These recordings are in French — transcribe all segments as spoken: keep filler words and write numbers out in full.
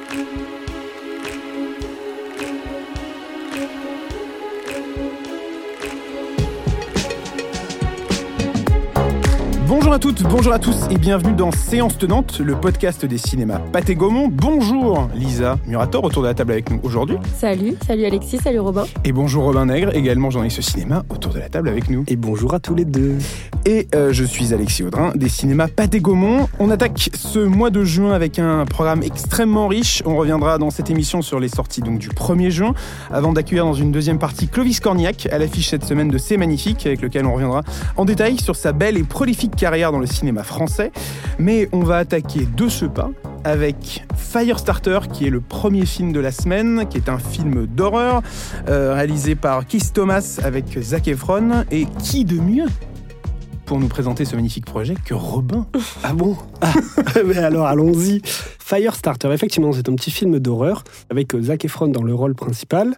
Bonjour à toutes, bonjour à tous et bienvenue dans Séance Tenante, le podcast des cinémas Pathé Gaumont. Bonjour Lisa Murator, autour de la table avec nous aujourd'hui. Salut, salut Alexis, salut Robin. Et bonjour Robin Nègre, également journaliste cinéma, autour de la table avec nous. Et bonjour à tous les deux. Et euh, je suis Alexis Audrin, des cinémas Pathé Gaumont. On attaque ce mois de juin avec un programme extrêmement riche. On reviendra dans cette émission sur les sorties donc, du premier juin, avant d'accueillir dans une deuxième partie Clovis Cornillac, à l'affiche cette semaine de C'est Magnifique, avec lequel on reviendra en détail sur sa belle et prolifique carrière dans le cinéma français. Mais on va attaquer de ce pas avec Firestarter, qui est le premier film de la semaine, qui est un film d'horreur, euh, réalisé par Keith Thomas avec Zac Efron. Et qui de mieux pour nous présenter ce magnifique projet que Robin? Ah bon? Ah, mais alors allons-y. Firestarter, effectivement, c'est un petit film d'horreur avec Zac Efron dans le rôle principal,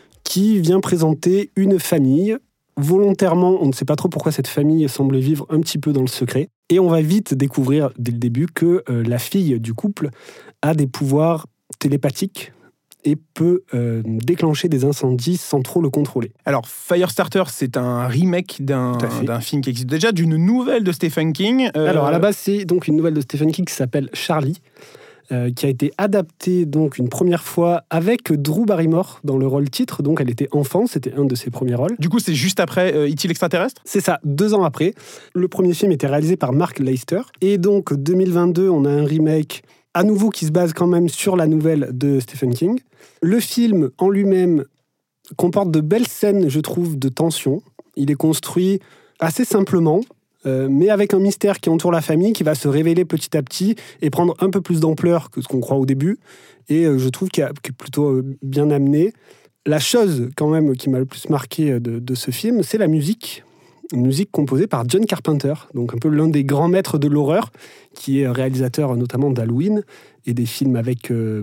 qui vient présenter une famille. Volontairement, on ne sait pas trop pourquoi cette famille semble vivre un petit peu dans le secret. Et on va vite découvrir dès le début que euh, la fille du couple a des pouvoirs télépathiques et peut euh, déclencher des incendies sans trop le contrôler. Alors, Firestarter, c'est un remake d'un, d'un film qui existe déjà, d'une nouvelle de Stephen King. Euh... Alors, à la base, c'est donc une nouvelle de Stephen King qui s'appelle Charlie, Euh, qui a été adaptée donc une première fois avec Drew Barrymore dans le rôle titre. Donc elle était enfant, c'était un de ses premiers rôles. Du coup, c'est juste après euh, E T l'extraterrestre ? C'est ça, deux ans après. Le premier film était réalisé par Mark Leister. Et donc deux mille vingt-deux, on a un remake à nouveau qui se base quand même sur la nouvelle de Stephen King. Le film en lui-même comporte de belles scènes, je trouve, de tension. Il est construit assez simplement, Euh, mais avec un mystère qui entoure la famille, qui va se révéler petit à petit et prendre un peu plus d'ampleur que ce qu'on croit au début. Et euh, je trouve qu'il est plutôt euh, bien amené. La chose, quand même, qui m'a le plus marqué de, de ce film, c'est la musique. Une musique composée par John Carpenter, donc un peu l'un des grands maîtres de l'horreur, qui est réalisateur notamment d'Halloween et des films avec... Euh,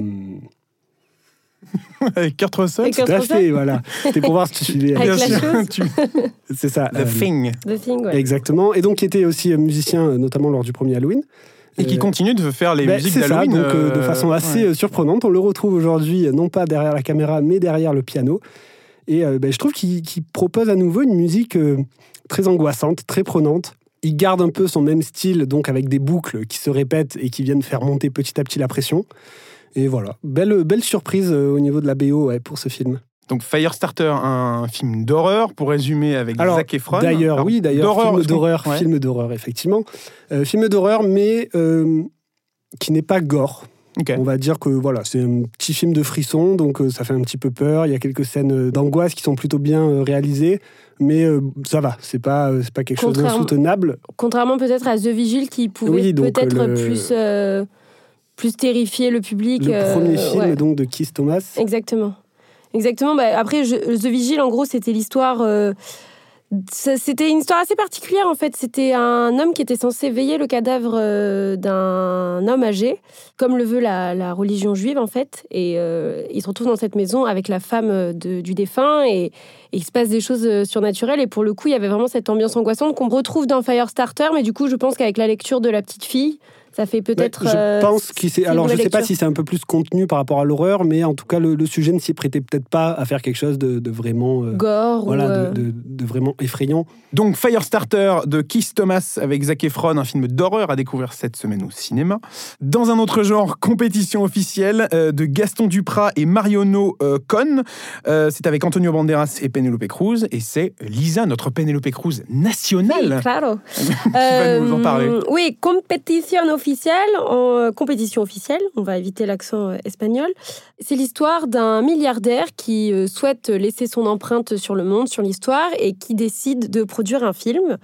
Avec Kurt Russell. Tout à fait, voilà. C'était pour voir si tu suivais. Avec la chose. tu... C'est ça. The euh, Thing. The Thing, ouais. Exactement. Et donc, qui était aussi musicien, notamment lors du premier Halloween. Et qui euh, continue de faire les ben, musiques c'est d'Halloween. C'est ça, donc euh, de façon assez ouais. surprenante. On le retrouve aujourd'hui, non pas derrière la caméra, mais derrière le piano. Et euh, ben, je trouve qu'il, qu'il propose à nouveau une musique euh, très angoissante, très prenante. Il garde un peu son même style, donc avec des boucles qui se répètent et qui viennent faire monter petit à petit la pression. Et voilà, belle, belle surprise euh, au niveau de la B O ouais, pour ce film. Donc Firestarter, un film d'horreur, pour résumer, avec Alors, Zac Efron. D'ailleurs, Alors, oui, d'ailleurs, d'horreur, film d'horreur, ouais. film d'horreur, effectivement. Euh, film d'horreur, mais euh, qui n'est pas gore. Okay. On va dire que voilà, c'est un petit film de frisson, donc euh, ça fait un petit peu peur. Il y a quelques scènes d'angoisse qui sont plutôt bien euh, réalisées, mais euh, ça va, c'est pas, euh, c'est pas quelque chose d'insoutenable. Contrairement peut-être à The Vigil, qui pouvait oui, donc, peut-être le... plus... Euh... plus terrifier le public. Le premier euh, film ouais. donc de Keith Thomas. Exactement. Exactement. Bah, après, je, The Vigil, en gros, c'était l'histoire... Euh, ça, c'était une histoire assez particulière, en fait. C'était un homme qui était censé veiller le cadavre euh, d'un homme âgé, comme le veut la, la religion juive, en fait. Et euh, il se retrouve dans cette maison avec la femme de, du défunt et, et il se passe des choses surnaturelles. Et pour le coup, il y avait vraiment cette ambiance angoissante qu'on retrouve dans Firestarter, mais du coup, je pense qu'avec la lecture de la petite fille, ça fait peut-être... Ouais, je pense qu'il s'est... Alors, je ne sais lecture. pas si c'est un peu plus contenu par rapport à l'horreur, mais en tout cas, le, le sujet ne s'y prêtait peut-être pas à faire quelque chose de, de vraiment... Euh, gore voilà, ou... Euh... de, de, de vraiment effrayant. Donc, Firestarter de Keith Thomas avec Zac Efron, un film d'horreur à découvrir cette semaine au cinéma. Dans un autre genre, compétition officielle euh, de Gaston Duprat et Mariono euh, Con. Euh, c'est avec Antonio Banderas et Penélope Cruz. Et c'est Lisa, notre Penélope Cruz nationale, oui, claro. qui va nous en parler. Euh, oui, compétition officielle. En euh, compétition officielle, on va éviter l'accent euh, espagnol. C'est l'histoire d'un milliardaire qui euh, souhaite laisser son empreinte sur le monde, sur l'histoire, et qui décide de produire un film.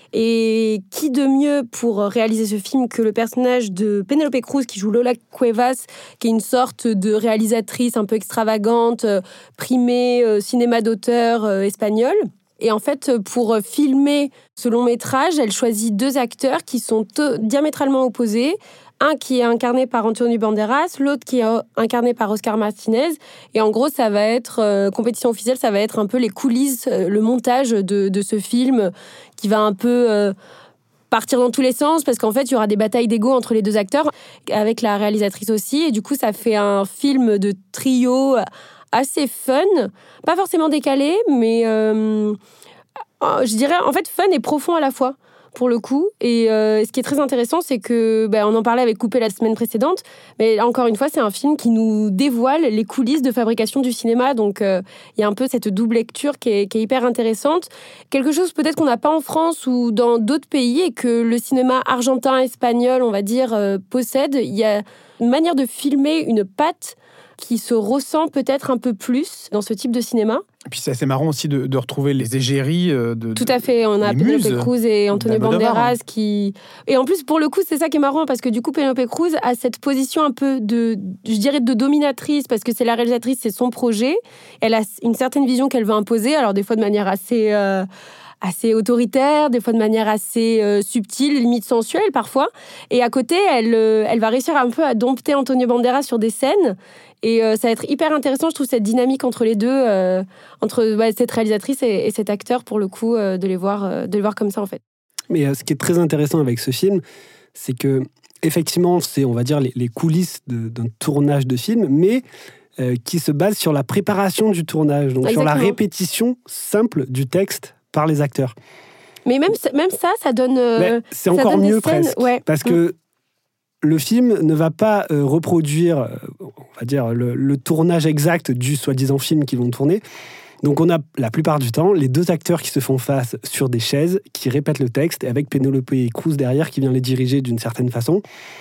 Et qui de mieux pour réaliser ce film que le personnage de Penélope Cruz qui joue Lola Cuevas, qui est une sorte de réalisatrice un peu extravagante, euh, primée euh, cinéma d'auteur euh, espagnol. Et en fait, pour filmer ce long métrage, elle choisit deux acteurs qui sont t- diamétralement opposés. Un qui est incarné par Antonio Banderas, l'autre qui est incarné par Oscar Martinez. Et en gros, ça va être, euh, compétition officielle, ça va être un peu les coulisses, euh, le montage de, de ce film qui va un peu... Euh, partir dans tous les sens parce qu'en fait, il y aura des batailles d'ego entre les deux acteurs, avec la réalisatrice aussi. Et du coup, ça fait un film de trio assez fun, pas forcément décalé, mais euh, je dirais en fait fun et profond à la fois. Pour le coup. Et euh, ce qui est très intéressant, c'est que, bah, on en parlait avec Coupé la semaine précédente, mais encore une fois, c'est un film qui nous dévoile les coulisses de fabrication du cinéma. Donc, il euh, y a un peu cette double lecture qui est, qui est hyper intéressante. Quelque chose peut-être qu'on n'a pas en France ou dans d'autres pays et que le cinéma argentin, espagnol, on va dire, euh, possède. Il y a une manière de filmer une patte qui se ressent peut-être un peu plus dans ce type de cinéma. Et puis c'est assez marrant aussi de, de retrouver les égéries de... Tout à fait, on a Penélope Cruz et Antonio Banderas qui... Et en plus, pour le coup, c'est ça qui est marrant, parce que du coup, Penélope Cruz a cette position un peu de, je dirais, de dominatrice, parce que c'est la réalisatrice, c'est son projet. Elle a une certaine vision qu'elle veut imposer, alors des fois de manière assez... Euh... assez autoritaire, des fois de manière assez euh, subtile, limite sensuelle parfois. Et à côté, elle, euh, elle va réussir un peu à dompter Antonio Banderas sur des scènes. Et euh, ça va être hyper intéressant, je trouve, cette dynamique entre les deux, euh, entre bah, cette réalisatrice et, et cet acteur, pour le coup, euh, de les voir, euh, de les voir comme ça, en fait. Mais euh, ce qui est très intéressant avec ce film, c'est que, effectivement, c'est, on va dire, les, les coulisses de, d'un tournage de film, mais euh, qui se base sur la préparation du tournage, donc Exactement. sur la répétition simple du texte par les acteurs. Mais même, même ça, ça donne... Euh, c'est encore mieux presque, ouais. parce que le film ne va pas euh, reproduire, euh, on va dire, le, le tournage exact du soi-disant film qu'ils vont tourner. Donc on a, la plupart du temps, les deux acteurs qui se font face sur des chaises, qui répètent le texte, et avec Penélope Cruz derrière qui vient les diriger d'une certaine façon.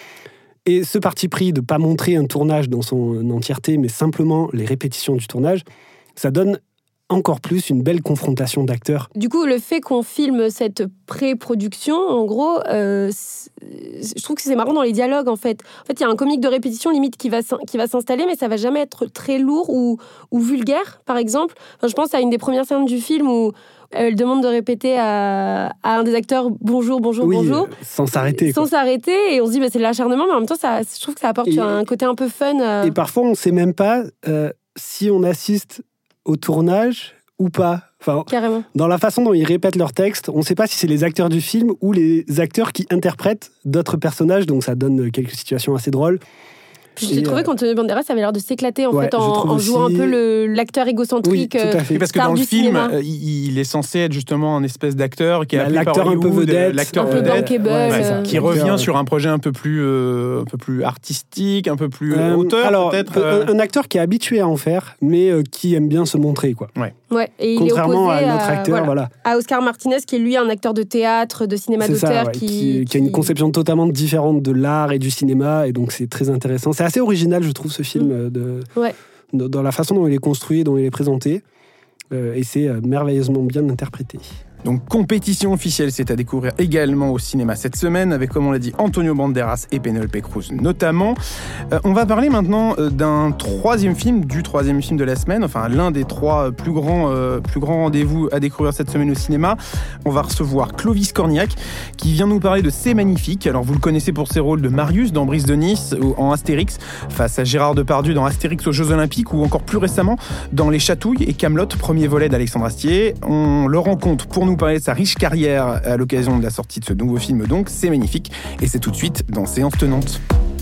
Et ce parti pris de ne pas montrer un tournage dans son entièreté, mais simplement les répétitions du tournage, ça donne encore plus une belle confrontation d'acteurs. Du coup, le fait qu'on filme cette pré-production, en gros, euh, je trouve que c'est marrant dans les dialogues, en fait. En fait, il y a un comique de répétition, limite, qui va, qui va s'installer, mais ça va jamais être très lourd ou, ou vulgaire, par exemple. Enfin, je pense à une des premières scènes du film où elle demande de répéter à, à un des acteurs « bonjour, bonjour, oui, bonjour ». Sans s'arrêter. Sans quoi. s'arrêter, et on se dit bah, c'est de l'acharnement, mais en même temps, ça, je trouve que ça apporte et, un côté un peu fun. Euh... Et parfois, on ne sait même pas euh, si on assiste au tournage ou pas. Enfin, Carrément. Dans la façon dont ils répètent leur texte, on ne sait pas si c'est les acteurs du film ou les acteurs qui interprètent d'autres personnages, donc ça donne quelques situations assez drôles. J'ai trouvé euh... qu'Antonio Banderas avait l'air de s'éclater en, ouais, fait, en, en jouant aussi... un peu le, l'acteur égocentrique. Oui, tout à fait. Et parce que dans le film, cinéma. il, il est censé être justement un espèce d'acteur qui est bah, appelé l'acteur par un peu vedette, l'acteur un peu vedette, bankable, ouais, euh... qui revient sur un projet un peu plus, euh, un peu plus artistique, un peu plus euh, auteur alors, peut-être. Euh... Un, un acteur qui est habitué à en faire, mais euh, qui aime bien se montrer, quoi. Ouais. Ouais, et contrairement il est opposé à notre acteur, à, voilà. à Oscar Martinez, qui est lui un acteur de théâtre, de cinéma c'est d'auteur, ça, ouais, qui, qui, qui a une conception totalement différente de l'art et du cinéma, et donc c'est très intéressant. C'est assez original, je trouve, ce film, mmh. de, ouais. de, dans la façon dont il est construit, dont il est présenté, euh, et c'est euh, merveilleusement bien interprété. Donc, compétition officielle, c'est à découvrir également au cinéma cette semaine, avec, comme on l'a dit, Antonio Banderas et Penélope Cruz notamment. Euh, on va parler maintenant euh, d'un troisième film, du troisième film de la semaine, enfin l'un des trois plus grands, euh, plus grands rendez-vous à découvrir cette semaine au cinéma. On va recevoir Clovis Cornillac, qui vient nous parler de C'est magnifique. Alors, vous le connaissez pour ses rôles de Marius dans Brise de Nice, ou en Astérix, face à Gérard Depardieu dans Astérix aux Jeux Olympiques, ou encore plus récemment dans Les Chatouilles et Kaamelott, premier volet d'Alexandre Astier. On le rencontre pour nous parler de sa riche carrière à l'occasion de la sortie de ce nouveau film, donc C'est magnifique, et c'est tout de suite dans Séance Tenante.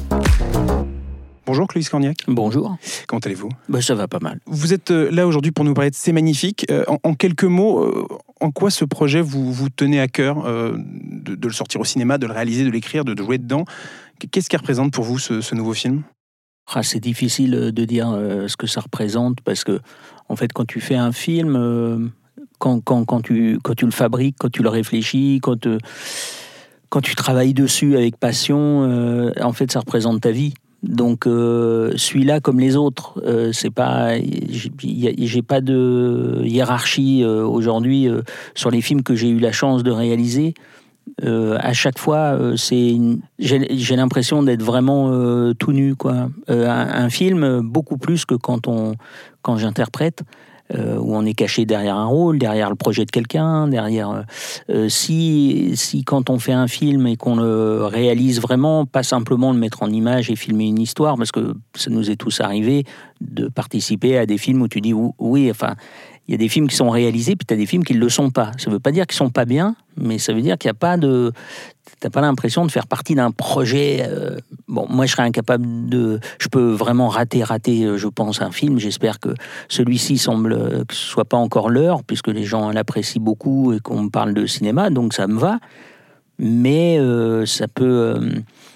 Bonjour Clovis Cornillac. Bonjour. Comment allez-vous ? Ben, ça va pas mal. Vous êtes là aujourd'hui pour nous parler de C'est magnifique. En, en quelques mots, en quoi ce projet vous, vous tenez à cœur euh, de, de le sortir au cinéma, de le réaliser, de l'écrire, de, de jouer dedans ? Qu'est-ce qui représente pour vous ce, ce nouveau film ? Ah, c'est difficile de dire euh, ce que ça représente, parce que en fait, quand tu fais un film... Euh, Quand, quand, quand, tu, quand tu le fabriques, quand tu le réfléchis, quand, euh, quand tu travailles dessus avec passion, euh, en fait, ça représente ta vie. Donc, euh, celui-là, comme les autres, euh, c'est pas, j'ai, j'ai pas de hiérarchie euh, aujourd'hui euh, sur les films que j'ai eu la chance de réaliser. Euh, à chaque fois, euh, c'est une, j'ai, j'ai l'impression d'être vraiment euh, tout nu, quoi. Euh, un, un film, beaucoup plus que quand, on, quand j'interprète. Euh, où on est caché derrière un rôle, derrière le projet de quelqu'un, derrière... Euh, si, si quand on fait un film et qu'on le réalise vraiment, pas simplement le mettre en image et filmer une histoire, parce que ça nous est tous arrivé de participer à des films où tu dis oui, enfin, il y a des films qui sont réalisés, puis tu as des films qui ne le sont pas. Ça ne veut pas dire qu'ils ne sont pas bien, mais ça veut dire qu'il n'y a pas de... t'as pas l'impression de faire partie d'un projet. Euh, bon, moi, je serais incapable de... Je peux vraiment rater, rater, je pense, un film. J'espère que celui-ci semble que ce soit pas encore l'heure, puisque les gens l'apprécient beaucoup et qu'on me parle de cinéma, donc ça me va. Mais euh, ça peut... Euh,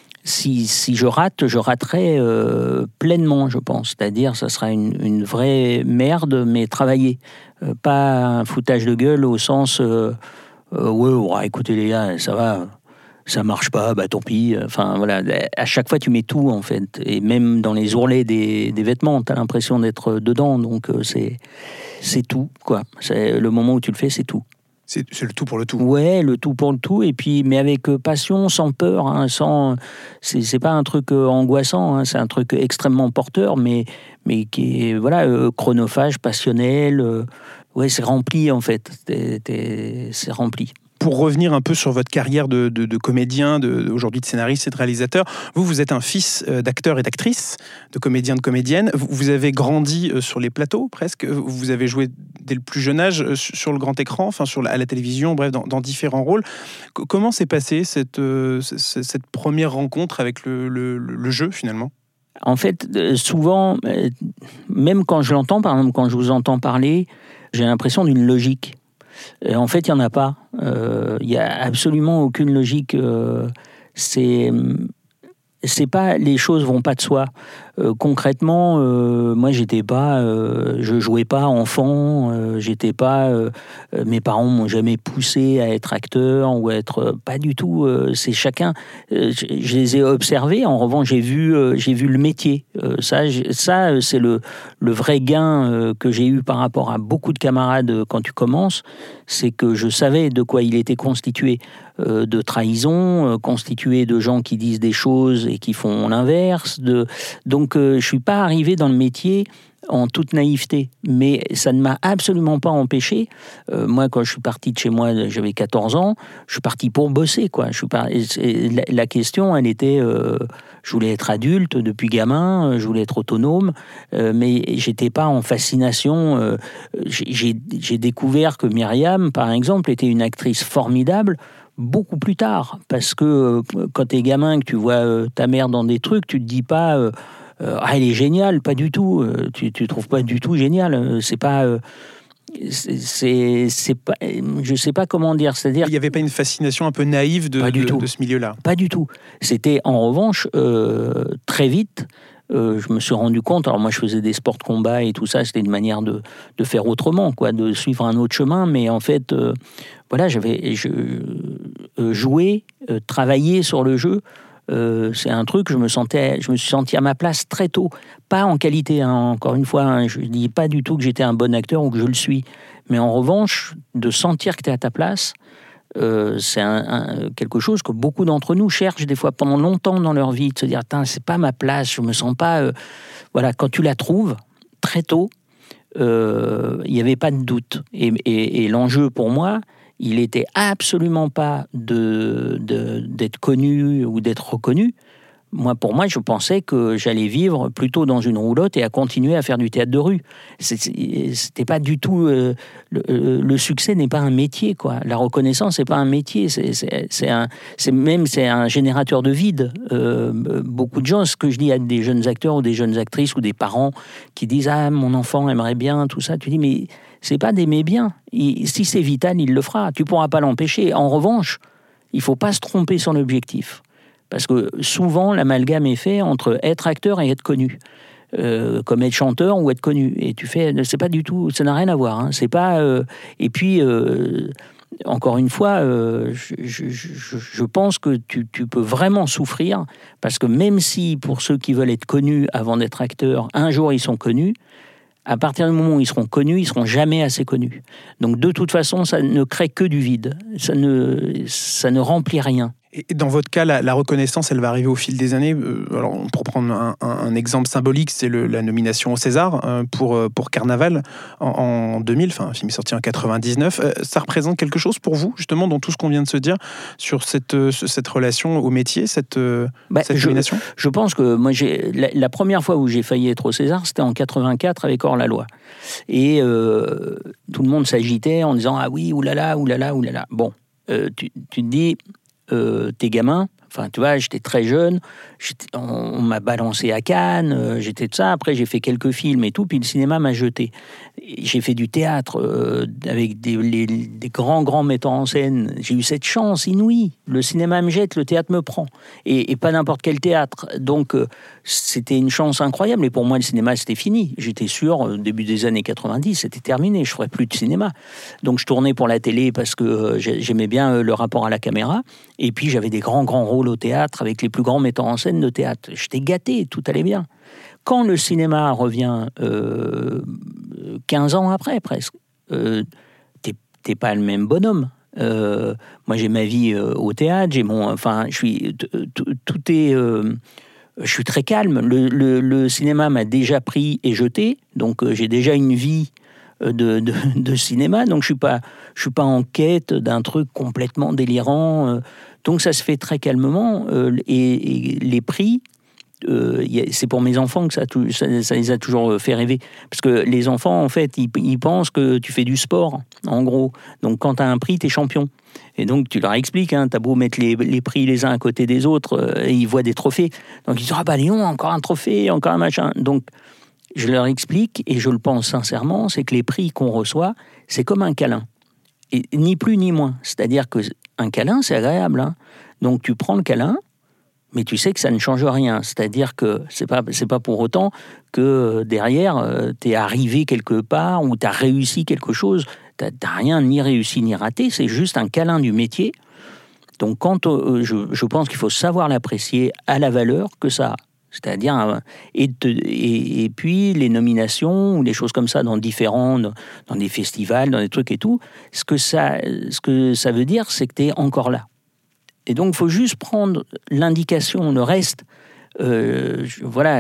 si, si je rate, je raterai euh, pleinement, je pense. C'est-à-dire, ça sera une, une vraie merde, mais travaillée. Euh, pas un foutage de gueule au sens... Euh, euh, ouais, ouais, écoutez les gars, ça va... ça marche pas, bah tant pis. Enfin voilà, à chaque fois tu mets tout en fait, et même dans les ourlets des, des vêtements, t'as l'impression d'être dedans, donc c'est c'est tout quoi. C'est le moment où tu le fais, c'est tout. C'est, c'est le tout pour le tout. Ouais, le tout pour le tout, et puis mais avec passion, sans peur, hein, sans. C'est, c'est pas un truc angoissant, hein, c'est un truc extrêmement porteur, mais mais qui est voilà euh, chronophage, passionnel. Euh, ouais, c'est rempli en fait. T'es, t'es, c'est rempli. Pour revenir un peu sur votre carrière de, de, de comédien, de, aujourd'hui de scénariste et de réalisateur, vous, vous êtes un fils d'acteur et d'actrice, de comédien, de comédienne. Vous, vous avez grandi sur les plateaux, presque. Vous avez joué dès le plus jeune âge sur le grand écran, enfin sur la, à la télévision, bref, dans, dans différents rôles. Comment s'est passée cette, cette première rencontre avec le, le, le jeu, finalement ? En fait, souvent, même quand je l'entends, par exemple, quand je vous entends parler, j'ai l'impression d'une logique. Et en fait, il n'y en a pas. Il euh, n'y a absolument aucune logique. Euh, c'est, c'est pas, les choses vont pas de soi. Euh, concrètement, euh, moi, j'étais pas, euh, je jouais pas enfant. Euh, j'étais pas. Euh, mes parents m'ont jamais poussé à être acteur ou à être. Pas du tout. Euh, c'est chacun. Euh, je, je les ai observés. En revanche, j'ai vu, euh, j'ai vu le métier. Euh, ça, ça, c'est le le vrai gain euh, que j'ai eu par rapport à beaucoup de camarades euh, quand tu commences. C'est que je savais de quoi il était constitué. Euh, de trahison, euh, constitué de gens qui disent des choses et qui font l'inverse. De... Donc, euh, je suis pas arrivé dans le métier en toute naïveté, mais ça ne m'a absolument pas empêché. Euh, moi, quand je suis parti de chez moi, j'avais quatorze ans, je suis parti pour bosser, quoi. Je suis pas... la, la question, elle était... Euh, je voulais être adulte depuis gamin, je voulais être autonome, euh, mais j'étais pas en fascination. Euh, j'ai, j'ai découvert que Myriam, par exemple, était une actrice formidable, beaucoup plus tard, parce que euh, quand t'es gamin, que tu vois euh, ta mère dans des trucs, tu te dis pas euh, euh, ah elle est géniale, pas du tout, euh, tu tu trouves pas du tout génial, euh, c'est pas euh, c'est, c'est c'est pas je sais pas comment dire, c'est-à-dire il y avait pas une fascination un peu naïve de de, de ce milieu-là. Pas du tout. C'était en revanche euh, très vite. Euh, je me suis rendu compte, alors moi je faisais des sports de combat et tout ça, c'était une manière de, de faire autrement, quoi, de suivre un autre chemin, mais en fait, euh, voilà, j'avais je, euh, joué, euh, travaillé sur le jeu, euh, c'est un truc, je me sentais, je me suis senti à ma place très tôt, pas en qualité, hein, encore une fois, hein, je ne dis pas du tout que j'étais un bon acteur ou que je le suis, mais en revanche, de sentir que tu es à ta place, Euh, c'est un, un, quelque chose que beaucoup d'entre nous cherchent des fois pendant longtemps dans leur vie, de se dire « c'est pas ma place, je me sens pas... Euh... » Voilà, quand tu la trouves, très tôt, il euh, n'y avait pas de doute. Et, et, et l'enjeu pour moi, il était absolument pas de, de, d'être connu ou d'être reconnu. Moi, pour moi, je pensais que j'allais vivre plutôt dans une roulotte et à continuer à faire du théâtre de rue. C'était pas du tout... Euh, le, le succès n'est pas un métier, quoi. La reconnaissance n'est pas un métier. C'est, c'est, c'est, un, c'est même c'est un générateur de vide. Euh, beaucoup de gens, ce que je dis à des jeunes acteurs ou des jeunes actrices ou des parents qui disent « Ah, mon enfant aimerait bien, tout ça », tu dis « Mais c'est pas d'aimer bien. Il, si c'est vital, il le fera. Tu pourras pas l'empêcher. En revanche, il faut pas se tromper sur l'objectif. » Parce que souvent, l'amalgame est fait entre être acteur et être connu. Euh, comme être chanteur ou être connu. Et tu fais... C'est pas du tout... Ça n'a rien à voir. Hein. C'est pas... Euh, et puis, euh, encore une fois, euh, je, je, je, je pense que tu, tu peux vraiment souffrir, parce que même si, pour ceux qui veulent être connus avant d'être acteurs, un jour ils sont connus, à partir du moment où ils seront connus, ils seront jamais assez connus. Donc, de toute façon, ça ne crée que du vide. Ça ne, ça ne remplit rien. Et dans votre cas, la, la reconnaissance, elle va arriver au fil des années. Alors, pour prendre un, un, un exemple symbolique, c'est le, la nomination au César pour, pour Carnaval en, en deux mille, enfin, un film est sorti en quatre-vingt-dix-neuf. Ça représente quelque chose pour vous, justement, dans tout ce qu'on vient de se dire sur cette, cette relation au métier, cette, bah, cette je, nomination ? Je pense que moi, j'ai, la, la première fois où j'ai failli être au César, c'était en quatre-vingt-quatre avec Hors-la-Loi. Et euh, tout le monde s'agitait en disant « Ah oui, oulala, oulala, oulala ». Bon, euh, tu, tu te dis... euh, t'es gamin. Enfin, tu vois, j'étais très jeune, j'étais, on, on m'a balancé à Cannes, euh, j'étais de ça. Après, j'ai fait quelques films et tout, puis le cinéma m'a jeté. J'ai fait du théâtre euh, avec des, les, des grands, grands metteurs en scène. J'ai eu cette chance inouïe. Le cinéma me jette, le théâtre me prend. Et, et pas n'importe quel théâtre. Donc, euh, c'était une chance incroyable. Et pour moi, le cinéma, c'était fini. J'étais sûr, au début des années quatre-vingt-dix, c'était terminé. Je ne ferais plus de cinéma. Donc, je tournais pour la télé parce que euh, j'aimais bien euh, le rapport à la caméra. Et puis, j'avais des grands, grands rôles au théâtre avec les plus grands metteurs en scène de théâtre. J'étais gâté, tout allait bien. Quand le cinéma revient euh, quinze ans après, presque, euh, t'es, t'es pas le même bonhomme. Euh, moi, j'ai ma vie euh, au théâtre, j'ai mon, enfin, je suis, tout est, euh, je suis très calme. Le, le, le cinéma m'a déjà pris et jeté, donc euh, j'ai déjà une vie de, de, de cinéma, donc je suis pas, je suis pas en quête d'un truc complètement délirant. Euh, donc ça se fait très calmement, euh, et, et les prix. Euh, c'est pour mes enfants que ça, ça, ça les a toujours fait rêver. Parce que les enfants, en fait, ils, ils pensent que tu fais du sport, en gros. Donc, quand tu as un prix, tu es champion. Et donc, tu leur expliques, hein, tu as beau mettre les, les prix les uns à côté des autres, euh, et ils voient des trophées. Donc, ils disent, ah bah Lyon, encore un trophée, encore un machin. Donc, je leur explique, et je le pense sincèrement, c'est que les prix qu'on reçoit, c'est comme un câlin. Et ni plus ni moins. C'est-à-dire qu'un câlin, c'est agréable. Hein. Donc, tu prends le câlin, mais tu sais que ça ne change rien. C'est-à-dire que c'est pas, c'est pas pour autant que derrière, euh, tu es arrivé quelque part ou tu as réussi quelque chose. Tu n'as rien ni réussi ni raté. C'est juste un câlin du métier. Donc, quand, euh, je, je pense qu'il faut savoir l'apprécier à la valeur que ça a. C'est-à-dire, euh, et, te, et, et puis les nominations ou les choses comme ça dans différents, dans, dans des festivals, dans des trucs et tout, ce que ça, ce que ça veut dire, c'est que tu es encore là. Et donc, il faut juste prendre l'indication, le reste, euh, voilà,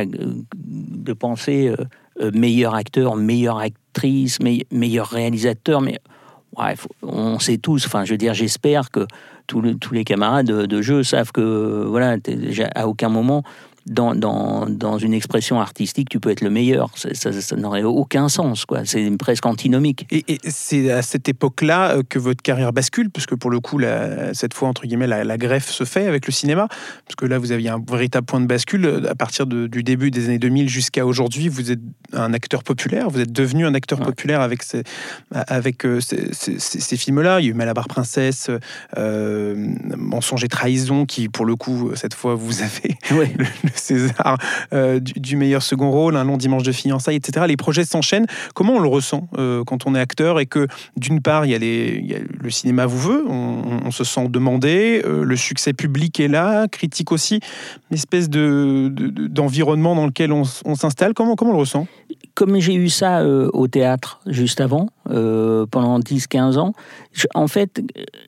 de penser euh, meilleur acteur, meilleure actrice, me, meilleur réalisateur. Mais ouais, faut, on sait tous, enfin, je veux dire, j'espère que tous, le, tous les camarades de, de jeu savent que, voilà, à aucun moment, dans, dans, dans une expression artistique, tu peux être le meilleur. Ça, ça, ça n'aurait aucun sens, quoi. C'est presque antinomique. Et, et c'est à cette époque-là que votre carrière bascule, parce que pour le coup, la, cette fois, entre guillemets, la, la greffe se fait avec le cinéma, parce que là, vous aviez un véritable point de bascule. À partir de, du début des années deux mille jusqu'à aujourd'hui, vous êtes un acteur populaire, vous êtes devenu un acteur ouais. populaire avec ces, avec ces, ces, ces, ces films-là. Il y a eu Malabar Princesse, euh, Mensonge et Trahison, qui, pour le coup, cette fois, vous avez ouais. le, le César euh, du, du meilleur second rôle, Un long dimanche de fiançailles, et cetera. Les projets s'enchaînent. Comment on le ressent euh, quand on est acteur et que, d'une part, il y a, les, il y a le cinéma vous veut, on, on se sent demandé, euh, le succès public est là, critique aussi, une espèce de, de, d'environnement dans lequel on, on s'installe. Comment, comment on le ressent ? Comme j'ai eu ça euh, au théâtre juste avant, euh, pendant dix quinze ans, je, en fait...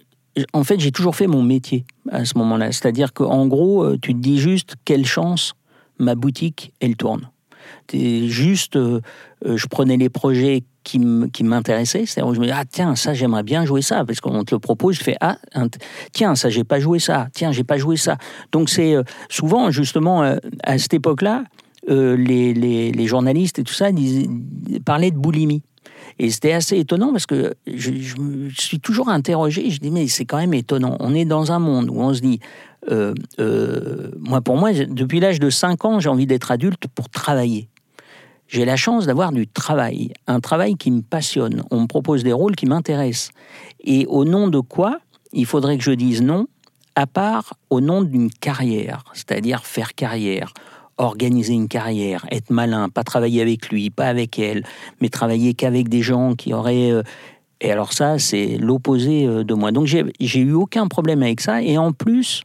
En fait, j'ai toujours fait mon métier à ce moment-là. C'est-à-dire qu'en gros, tu te dis juste quelle chance ma boutique, elle tourne. C'est juste, euh, je prenais les projets qui, m- qui m'intéressaient. C'est-à-dire que je me dis, ah tiens, ça, j'aimerais bien jouer ça. Parce qu'on te le propose, je fais, ah, tiens, ça, j'ai pas joué ça. Tiens, j'ai pas joué ça. Donc, c'est euh, souvent, justement, euh, à cette époque-là, euh, les, les, les journalistes et tout ça disaient, parlaient de boulimie. Et c'était assez étonnant parce que je, je me suis toujours interrogé. Je dis, mais c'est quand même étonnant. On est dans un monde où on se dit, euh, euh, moi, pour moi, depuis l'âge de cinq ans, j'ai envie d'être adulte pour travailler. J'ai la chance d'avoir du travail, un travail qui me passionne. On me propose des rôles qui m'intéressent. Et au nom de quoi il faudrait que je dise non, à part au nom d'une carrière, c'est-à-dire faire carrière, organiser une carrière, être malin, pas travailler avec lui, pas avec elle, mais travailler qu'avec des gens qui auraient... Euh... Et alors ça, c'est l'opposé de moi. Donc j'ai, j'ai eu aucun problème avec ça. Et en plus,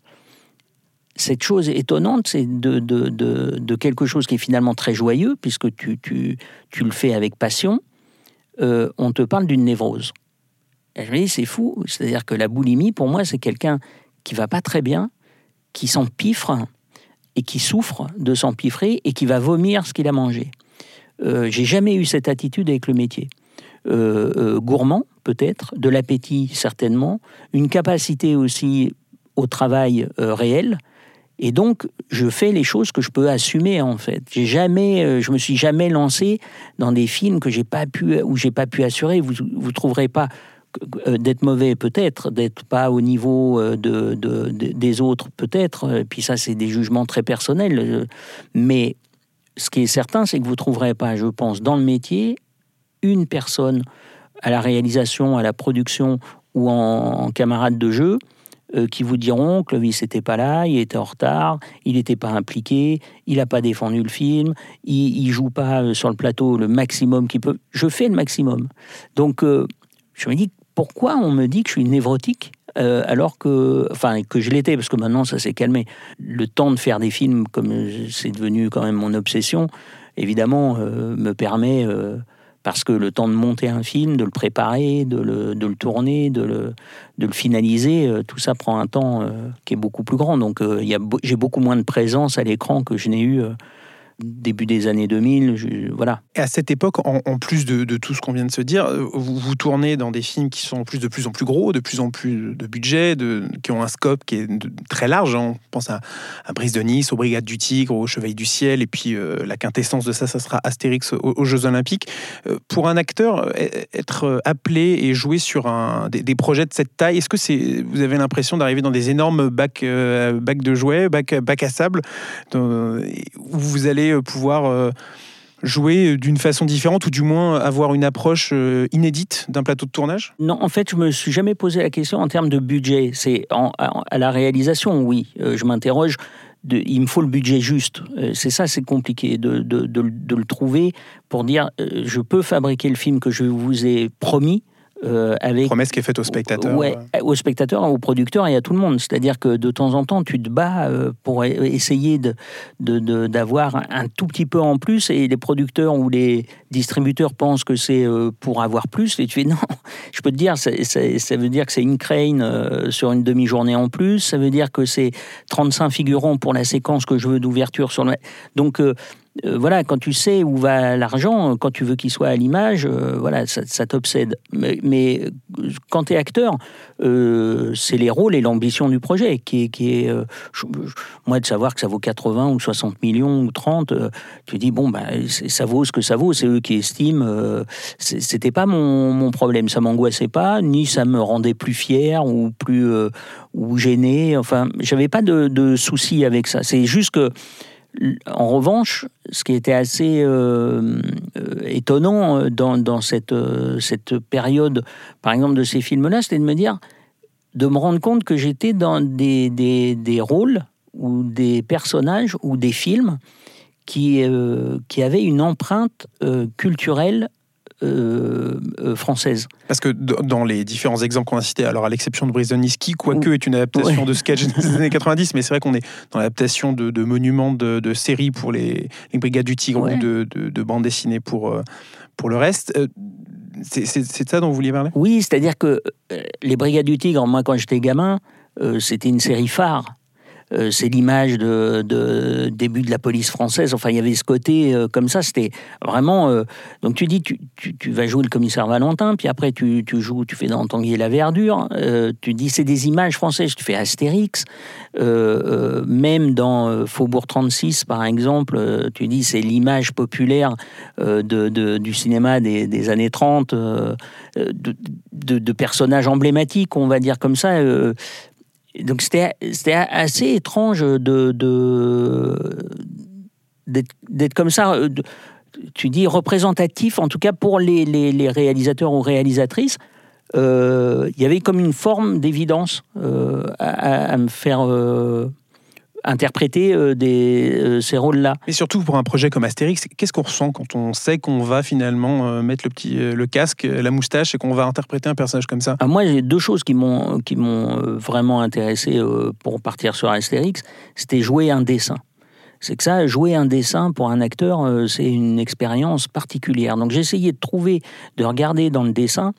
cette chose étonnante, c'est de, de, de, de quelque chose qui est finalement très joyeux, puisque tu, tu, tu le fais avec passion, euh, on te parle d'une névrose. Et je me dis, c'est fou. C'est-à-dire que la boulimie, pour moi, c'est quelqu'un qui va pas très bien, qui s'empiffre, et qui souffre de s'empiffrer et qui va vomir ce qu'il a mangé. Euh, j'ai jamais eu cette attitude avec le métier. Euh, euh, gourmand, peut-être, de l'appétit, certainement, une capacité aussi au travail euh, réel, et donc je fais les choses que je peux assumer, en fait. J'ai jamais, euh, je me suis jamais lancé dans des films que j'ai pas pu, où j'ai pas pu assurer. Vous vous trouverez pas euh, d'être mauvais peut-être, d'être pas au niveau de, de, de, des autres peut-être, et puis ça c'est des jugements très personnels, mais ce qui est certain c'est que vous trouverez pas, je pense, dans le métier, une personne à la réalisation, à la production ou en, en camarade de jeu euh, qui vous diront que Clovis n'était pas là, il était en retard, il n'était pas impliqué, il n'a pas défendu le film, il ne joue pas sur le plateau le maximum qu'il peut. Je fais le maximum. Donc euh, je me dis, pourquoi on me dit que je suis névrotique euh, alors que, enfin, que je l'étais, parce que maintenant ça s'est calmé. Le temps de faire des films, comme c'est devenu quand même mon obsession, évidemment euh, me permet... Euh, parce que le temps de monter un film, de le préparer, de le, de le tourner, de le, de le finaliser, euh, tout ça prend un temps euh, qui est beaucoup plus grand. Donc euh, y a, j'ai beaucoup moins de présence à l'écran que je n'ai eu euh, début des années deux mille. Je, voilà. Et à cette époque, en, en plus de, de tout ce qu'on vient de se dire, vous, vous tournez dans des films qui sont en plus de plus en plus gros, de plus en plus de budget, de, qui ont un scope qui est de, très large. Hein. On pense à, à Brise de Nice, aux Brigades du Tigre, aux Chevaliers du Ciel, et puis euh, la quintessence de ça, ça sera Astérix aux, aux Jeux Olympiques. Euh, pour un acteur, être appelé et jouer sur un, des, des projets de cette taille, est-ce que c'est, vous avez l'impression d'arriver dans des énormes bacs, euh, bacs de jouets, bacs, bacs à sable, dans, où vous allez pouvoir euh, jouer d'une façon différente ou du moins avoir une approche euh, inédite d'un plateau de tournage ? Non, en fait, je me suis jamais posé la question en termes de budget. C'est en, à, à la réalisation, oui. Euh, je m'interroge. De, il me faut le budget juste. Euh, c'est ça, c'est compliqué de, de, de, de le trouver pour dire euh, je peux fabriquer le film que je vous ai promis. Euh, avec, promesse qui est faite aux spectateurs. Ouais, aux spectateurs, aux producteurs et à tout le monde. C'est-à-dire que de temps en temps, tu te bats euh, pour essayer de, de, de, d'avoir un tout petit peu en plus et les producteurs ou les distributeurs pensent que c'est euh, pour avoir plus et tu fais non, je peux te dire, ça, ça, ça veut dire que c'est une crane euh, sur une demi-journée en plus, ça veut dire que c'est trente-cinq figurants pour la séquence que je veux d'ouverture sur le... Donc, euh, Euh, voilà, quand tu sais où va l'argent, quand tu veux qu'il soit à l'image, euh, voilà, ça, ça t'obsède. Mais, mais quand tu es acteur, euh, c'est les rôles et l'ambition du projet qui est... Qui est euh, je, je, moi, de savoir que ça vaut quatre-vingts ou soixante millions ou trente, euh, tu dis, bon, bah, ça vaut ce que ça vaut, c'est eux qui estiment. Euh, c'était pas mon, mon problème, ça m'angoissait pas, ni ça me rendait plus fier ou plus euh, ou gêné. Enfin, j'avais pas de, de soucis avec ça. C'est juste que en revanche, ce qui était assez euh, euh, étonnant dans, dans cette, euh, cette période, par exemple, de ces films-là, c'était de me dire, de me rendre compte que j'étais dans des, des, des rôles ou des personnages ou des films qui, euh, qui avaient une empreinte euh, culturelle Euh, euh, française. Parce que dans les différents exemples qu'on a cités, alors à l'exception de Brise de Nice, qui, quoique, est une adaptation ouais. de sketch des années quatre-vingt-dix, mais c'est vrai qu'on est dans l'adaptation de, de monuments de, de séries pour les, les Brigades du Tigre ouais. ou de, de, de bandes dessinées pour, pour le reste. C'est, c'est, c'est de ça dont vous vouliez parler ? Oui, c'est-à-dire que les Brigades du Tigre, moi quand j'étais gamin, euh, c'était une série phare. Euh, c'est l'image de, de début de la police française. Enfin, il y avait ce côté euh, comme ça. C'était vraiment. Euh, donc tu dis, tu, tu, tu vas jouer le commissaire Valentin, puis après tu, tu joues, tu fais dans Tanguy et la Verdure. Euh, tu dis, c'est des images françaises. Tu fais Astérix. Euh, euh, même dans euh, Faubourg trente-six, par exemple, euh, tu dis, c'est l'image populaire euh, de, de, du cinéma des, des années trente, euh, de, de, de personnages emblématiques, on va dire comme ça. Euh, Donc c'était, c'était assez étrange de, de, d'être, d'être comme ça, de, tu dis représentatif, en tout cas pour les, les, les réalisateurs ou réalisatrices. Euh, il y avait comme une forme d'évidence euh, à, à me faire euh, interpréter euh, des, euh, ces rôles-là. Et surtout pour un projet comme Astérix, qu'est-ce qu'on ressent quand on sait qu'on va finalement euh, mettre le, petit, euh, le casque, la moustache et qu'on va interpréter un personnage comme ça ? Ah, moi, j'ai deux choses qui m'ont, qui m'ont vraiment intéressé euh, pour partir sur Astérix. C'était jouer un dessin. C'est que ça, jouer un dessin pour un acteur, euh, c'est une expérience particulière. Donc j'ai essayé de trouver, de regarder dans le dessin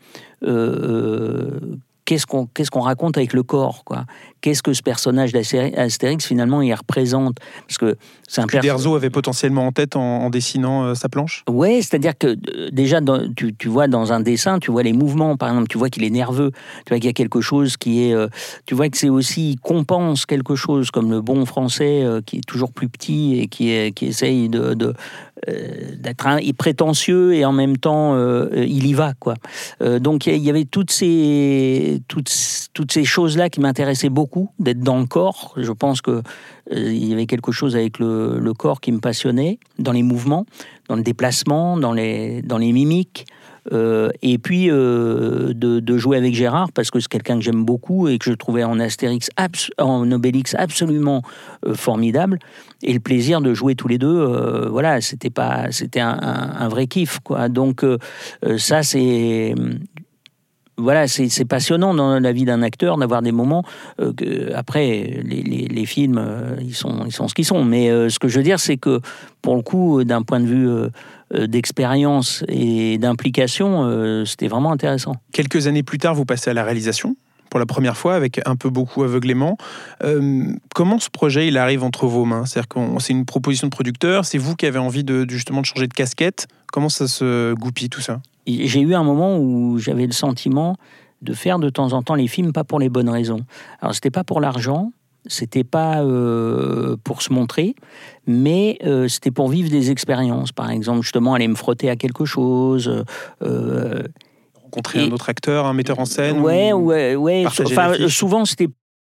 euh, qu'est-ce qu'on, qu'est-ce qu'on raconte avec le corps, quoi. Qu'est-ce que ce personnage d'Astérix, finalement, il représente ? Parce que c'est un que perso... Derzo avait potentiellement en tête en, en dessinant euh, sa planche ? Oui, c'est-à-dire que euh, déjà, dans, tu, tu vois dans un dessin, tu vois les mouvements, par exemple, tu vois qu'il est nerveux, tu vois qu'il y a quelque chose qui est... Euh, tu vois que c'est aussi, il compense quelque chose, comme le bon français euh, qui est toujours plus petit et qui, est, qui essaye de... de euh, d'être un, prétentieux et en même temps euh, il y va, quoi. Euh, donc il y avait toutes ces toutes toutes ces choses là qui m'intéressaient beaucoup, d'être dans le corps. Je pense que euh, il y avait quelque chose avec le, le corps qui me passionnait, dans les mouvements, dans le déplacement, dans les dans les mimiques. Euh, et puis euh, de, de jouer avec Gérard, parce que c'est quelqu'un que j'aime beaucoup et que je trouvais en Astérix, abs- en Obélix absolument euh, formidable, et le plaisir de jouer tous les deux, euh, voilà, c'était pas, c'était un, un, un vrai kiff, quoi. Donc euh, ça, c'est voilà, c'est, c'est passionnant dans la vie d'un acteur d'avoir des moments. Euh, que, après, les, les, les films, euh, ils sont, ils sont ce qu'ils sont. Mais euh, ce que je veux dire, c'est que pour le coup, d'un point de vue euh, d'expérience et d'implication, euh, c'était vraiment intéressant. Quelques années plus tard, vous passez à la réalisation pour la première fois, avec un peu beaucoup aveuglément. Euh, comment ce projet il arrive entre vos mains ? C'est-à-dire que c'est une proposition de producteur, c'est vous qui avez envie de, justement de changer de casquette. Comment ça se goupille tout ça ? J'ai eu un moment où j'avais le sentiment de faire de temps en temps les films pas pour les bonnes raisons. Alors c'était pas pour l'argent, c'était pas euh, pour se montrer, mais euh, c'était pour vivre des expériences. Par exemple, justement, aller me frotter à quelque chose. Euh, Rencontrer et, un autre acteur, un metteur en scène. Ouais, ouais, ouais. Enfin, souvent c'était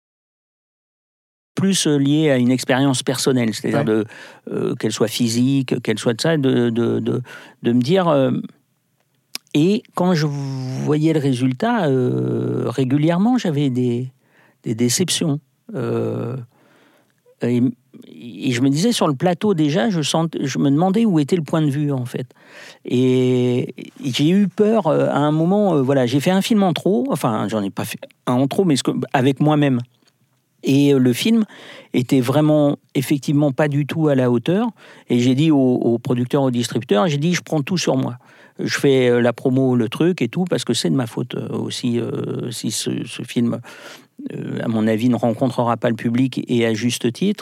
plus lié à une expérience personnelle, c'est-à-dire ouais. de euh, qu'elle soit physique, qu'elle soit de ça, de de de, de me dire. Euh, Et quand je voyais le résultat, euh, régulièrement, j'avais des, des déceptions. Euh, et, et je me disais, sur le plateau, déjà, je, sent, je me demandais où était le point de vue, en fait. Et, et j'ai eu peur, euh, à un moment, euh, voilà, j'ai fait un film en trop, enfin, j'en ai pas fait un en trop, mais ce que, avec moi-même. Et le film était vraiment, effectivement, pas du tout à la hauteur. Et j'ai dit aux, aux producteurs, aux distributeurs, j'ai dit, je prends tout sur moi. Je fais la promo, le truc et tout, parce que c'est de ma faute aussi euh, si ce, ce film, euh, à mon avis, ne rencontrera pas le public et à juste titre.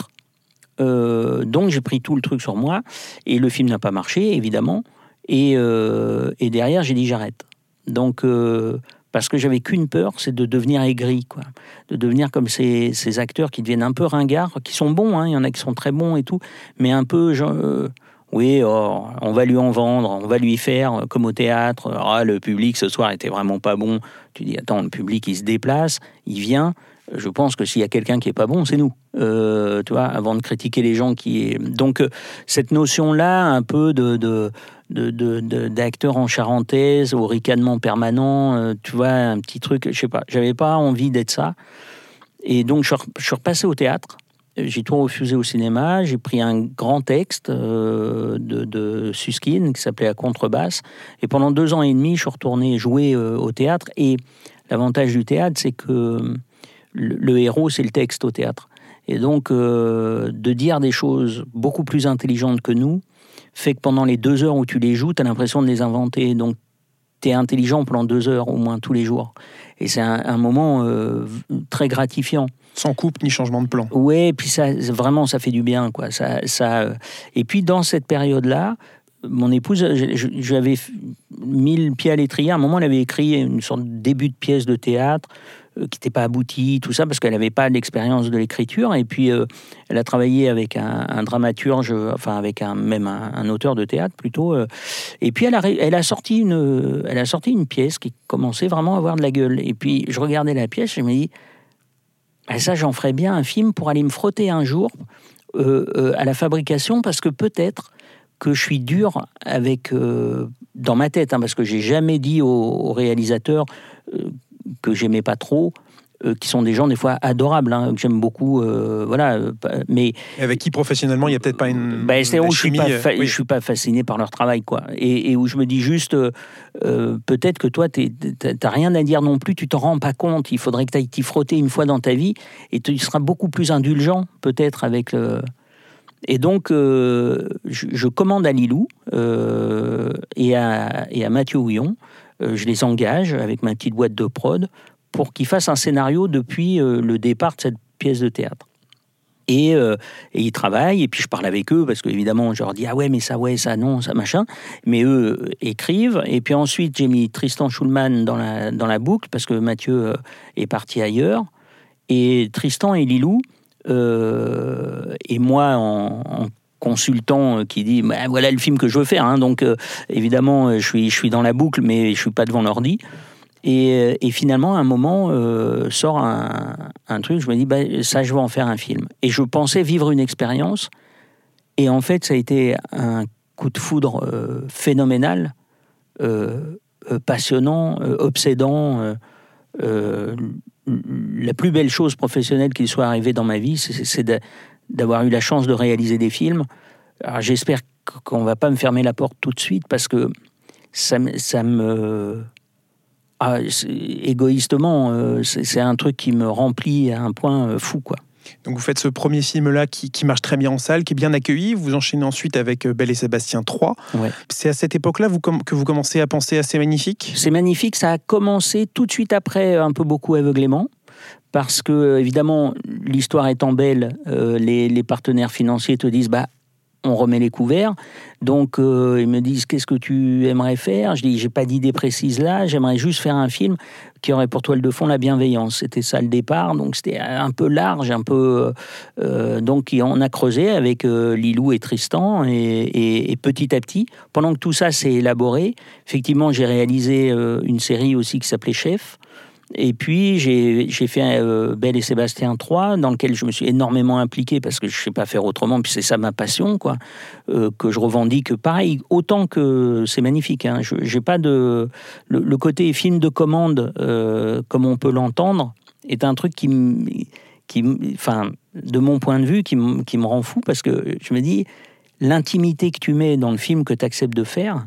Euh, donc j'ai pris tout le truc sur moi et le film n'a pas marché, évidemment. Et, euh, et derrière, j'ai dit j'arrête. Donc, euh, parce que j'avais qu'une peur, c'est de devenir aigri, quoi. De devenir comme ces, ces acteurs qui deviennent un peu ringards, qui sont bons, hein, il y en a qui sont très bons et tout, mais un peu genre... Euh, Oui, oh, on va lui en vendre, on va lui faire comme au théâtre. Ah, le public ce soir était vraiment pas bon. Tu dis, attends, le public il se déplace, il vient. Je pense que s'il y a quelqu'un qui est pas bon, c'est nous. Euh, tu vois, avant de critiquer les gens qui est. Donc cette notion-là, un peu de de de, de, de d'acteur en charentaise, au ricanement permanent, euh, tu vois, un petit truc. Je sais pas, j'avais pas envie d'être ça. Et donc je, je suis repassé au théâtre. J'ai tout refusé au cinéma, j'ai pris un grand texte euh, de, de Susskind qui s'appelait « À contrebasse ». Et pendant deux ans et demi, je suis retourné jouer euh, au théâtre. Et l'avantage du théâtre, c'est que le, le héros, c'est le texte au théâtre. Et donc, euh, de dire des choses beaucoup plus intelligentes que nous, fait que pendant les deux heures où tu les joues, tu as l'impression de les inventer. Donc, tu es intelligent pendant deux heures au moins tous les jours. Et c'est un, un moment euh, très gratifiant. Sans coupe ni changement de plan. Ouais, puis ça, vraiment, ça fait du bien, quoi. Ça, ça, euh... Et puis, dans cette période-là, mon épouse, j'avais mis le pied à l'étrier. À un moment, elle avait écrit une sorte de début de pièce de théâtre euh, qui n'était pas aboutie, tout ça, parce qu'elle n'avait pas l'expérience de l'écriture. Et puis, euh, elle a travaillé avec un, un dramaturge, enfin, avec un, même un, un auteur de théâtre, plutôt. Euh, et puis, elle a, elle, a sorti une, elle a sorti une pièce qui commençait vraiment à avoir de la gueule. Et puis, je regardais la pièce, je me dis... Et ça, j'en ferais bien un film pour aller me frotter un jour euh, euh, à la fabrication, parce que peut-être que je suis dur avec... Euh, dans ma tête, hein, parce que j'ai jamais dit aux, aux réalisateurs euh, que j'aimais pas trop, euh, qui sont des gens des fois adorables, hein, que j'aime beaucoup, euh, voilà. Euh, mais et avec qui professionnellement il y a peut-être pas une. Ben, c'est où je suis pas, fa- oui. je suis pas fasciné par leur travail, quoi. Et, et où je me dis juste, euh, peut-être que toi t'es, t'as rien à dire non plus, tu t'en rends pas compte. Il faudrait que tu ailles t'y frotter une fois dans ta vie, et tu seras beaucoup plus indulgent, peut-être avec le. Et donc, euh, je, je commande à Lilou euh, et, à, et à Mathieu Houillon. Euh, je les engage avec ma petite boîte de prod pour qu'ils fassent un scénario depuis euh, le départ de cette pièce de théâtre. Et, euh, et ils travaillent, et puis je parle avec eux, parce qu'évidemment, je leur dis « Ah ouais, mais ça, ouais, ça, non, ça, machin ». Mais eux euh, écrivent, et puis ensuite, j'ai mis Tristan Schulman dans la, dans la boucle, parce que Mathieu euh, est parti ailleurs. Et Tristan et Lilou, euh, et moi, en, en consultant qui dit bah, voilà le film que je veux faire, hein. Donc euh, évidemment je suis, je suis dans la boucle, mais je suis pas devant l'ordi. Et, et finalement, à un moment, euh, sort un, un truc, je me dis, bah, ça, je vais en faire un film. Et je pensais vivre une expérience. Et en fait, ça a été un coup de foudre euh, phénoménal, euh, euh, passionnant, euh, obsédant. Euh, euh, la plus belle chose professionnelle qui soit arrivée dans ma vie, c'est, c'est de, d'avoir eu la chance de réaliser des films. Alors, j'espère qu'on ne va pas me fermer la porte tout de suite, parce que ça, ça me... Ah, égoïstement, euh, c'est, c'est un truc qui me remplit à un point euh, fou, quoi. Donc vous faites ce premier film-là qui, qui marche très bien en salle, qui est bien accueilli. Vous enchaînez ensuite avec Belle et Sébastien trois. Ouais. C'est à cette époque-là vous, que vous commencez à penser à C'est magnifique ? C'est magnifique, ça a commencé tout de suite après, un peu beaucoup aveuglément. Parce que, évidemment, l'histoire étant belle, euh, les, les partenaires financiers te disent bah, on remet les couverts. Donc, euh, ils me disent qu'est-ce que tu aimerais faire ? Je dis j'ai pas d'idée précise là, j'aimerais juste faire un film qui aurait pour toile de fond la bienveillance. C'était ça le départ, donc c'était un peu large, un peu. Euh, donc, on a creusé avec euh, Lilou et Tristan, et, et, et petit à petit, pendant que tout ça s'est élaboré, effectivement, j'ai réalisé euh, une série aussi qui s'appelait Chef. Et puis, j'ai, j'ai fait euh, Belle et Sébastien trois, dans lequel je me suis énormément impliqué, parce que je ne sais pas faire autrement, puis c'est ça ma passion, quoi, euh, que je revendique pareil, autant que c'est magnifique. Hein. Je, j'ai pas de... le, le côté film de commande, euh, comme on peut l'entendre, est un truc qui, qui, enfin, de mon point de vue, qui, qui me rend fou, parce que je me dis, l'intimité que tu mets dans le film que tu acceptes de faire,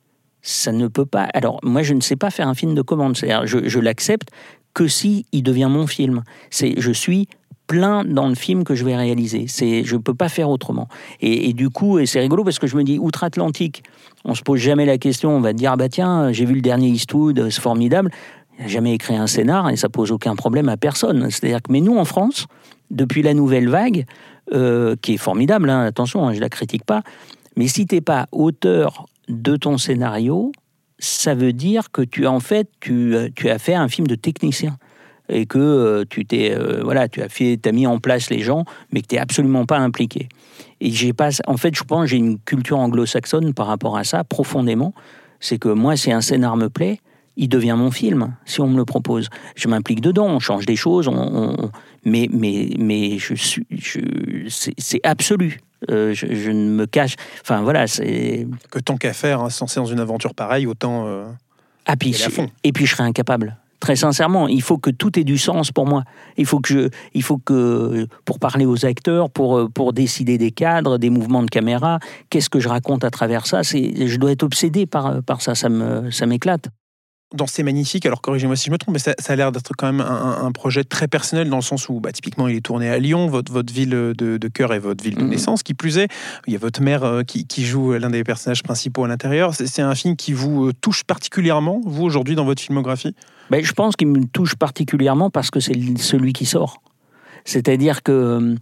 ça ne peut pas... Alors, moi, je ne sais pas faire un film de commande. C'est-à-dire, je, je l'accepte que si il devient mon film. C'est, je suis plein dans le film que je vais réaliser. C'est, je ne peux pas faire autrement. Et, et du coup, et c'est rigolo parce que je me dis, outre-Atlantique, on ne se pose jamais la question, on va dire, ah bah tiens, j'ai vu le dernier Eastwood, c'est formidable. Il n'a jamais écrit un scénar et ça pose aucun problème à personne. C'est-à-dire que, mais nous, en France, depuis la nouvelle vague, euh, qui est formidable, hein, attention, hein, je ne la critique pas, mais si tu n'es pas auteur de ton scénario, ça veut dire que tu en fait tu, tu as fait un film de technicien et que euh, tu t'es euh, voilà tu as fait t'as mis en place les gens, mais que t'es absolument pas impliqué. Et j'ai pas en fait je pense que j'ai une culture anglo-saxonne par rapport à ça profondément. C'est que moi, si un scénar me plaît, il devient mon film si on me le propose. Je m'implique dedans, on change des choses, on, on, mais mais mais je suis je, c'est, c'est absolu. Euh, je, je ne me cache... Enfin, voilà, c'est... Que tant qu'à faire, hein, se lancer dans une aventure pareille, autant euh, ah, puis, y aller à fond. Et puis, je serais incapable. Très sincèrement, il faut que tout ait du sens pour moi. Il faut que, je, il faut que pour parler aux acteurs, pour, pour décider des cadres, des mouvements de caméra, qu'est-ce que je raconte à travers ça, c'est, je dois être obsédé par, par ça, ça, me, ça m'éclate. Dans C'est magnifique, alors corrigez-moi si je me trompe, mais ça, ça a l'air d'être quand même un, un projet très personnel, dans le sens où, bah, typiquement, il est tourné à Lyon, votre, votre ville de, de cœur et votre ville de mmh. naissance, qui plus est. Il y a votre mère euh, qui, qui joue l'un des personnages principaux à l'intérieur. C'est, c'est un film qui vous euh, touche particulièrement, vous, aujourd'hui, dans votre filmographie ? Ben, je pense qu'il me touche particulièrement parce que c'est celui qui sort. C'est-à-dire que...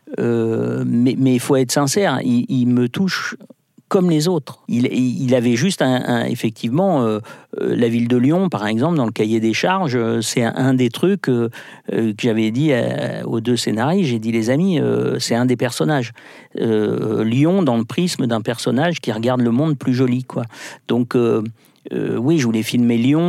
Euh, mais il faut être sincère, il, il me touche... comme les autres. Il, il avait juste, un, un, effectivement, euh, euh, la ville de Lyon, par exemple, dans le cahier des charges, euh, c'est un, un des trucs euh, euh, que j'avais dit à, aux deux scénaristes. J'ai dit, les amis, euh, c'est un des personnages. Euh, Lyon, dans le prisme d'un personnage qui regarde le monde plus joli, quoi. Donc, euh, euh, oui, je voulais filmer Lyon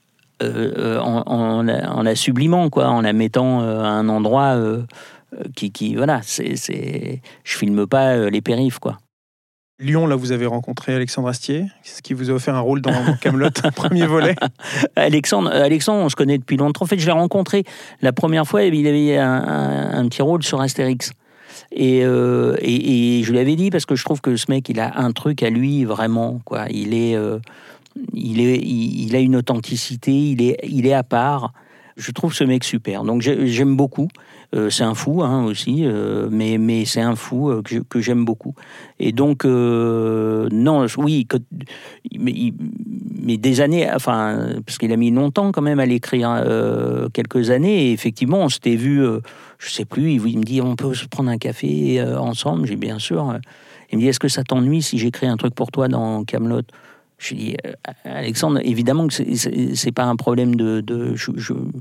euh, en, en, en la sublimant, quoi, en la mettant euh, à un endroit euh, qui, qui, voilà, c'est, c'est... je filme pas euh, les périphes, quoi. Lyon, là, vous avez rencontré Alexandre Astier, ce qui vous a offert un rôle dans Kaamelott, premier volet. Alexandre, Alexandre, on se connaît depuis longtemps. En fait, je l'ai rencontré la première fois, il avait un, un, un petit rôle sur Astérix. Et, euh, et, et je lui avais dit, parce que je trouve que ce mec, il a un truc à lui, vraiment, quoi. Il est, euh, il est, il, il a une authenticité, il est, il est à part. Je trouve ce mec super. Donc, j'aime beaucoup. Euh, c'est un fou, hein, aussi, euh, mais, mais c'est un fou euh, que, que j'aime beaucoup. Et donc, euh, non, oui, que, mais, mais des années, enfin, parce qu'il a mis longtemps quand même à l'écrire, euh, quelques années, et effectivement, on s'était vu, euh, je sais plus, il, il me dit, on peut se prendre un café euh, ensemble. J'ai dit, bien sûr. Il me dit, est-ce que ça t'ennuie si j'écris un truc pour toi dans Kaamelott ? Je dis, euh, Alexandre, évidemment que c'est, c'est, c'est pas un problème de... de je, je,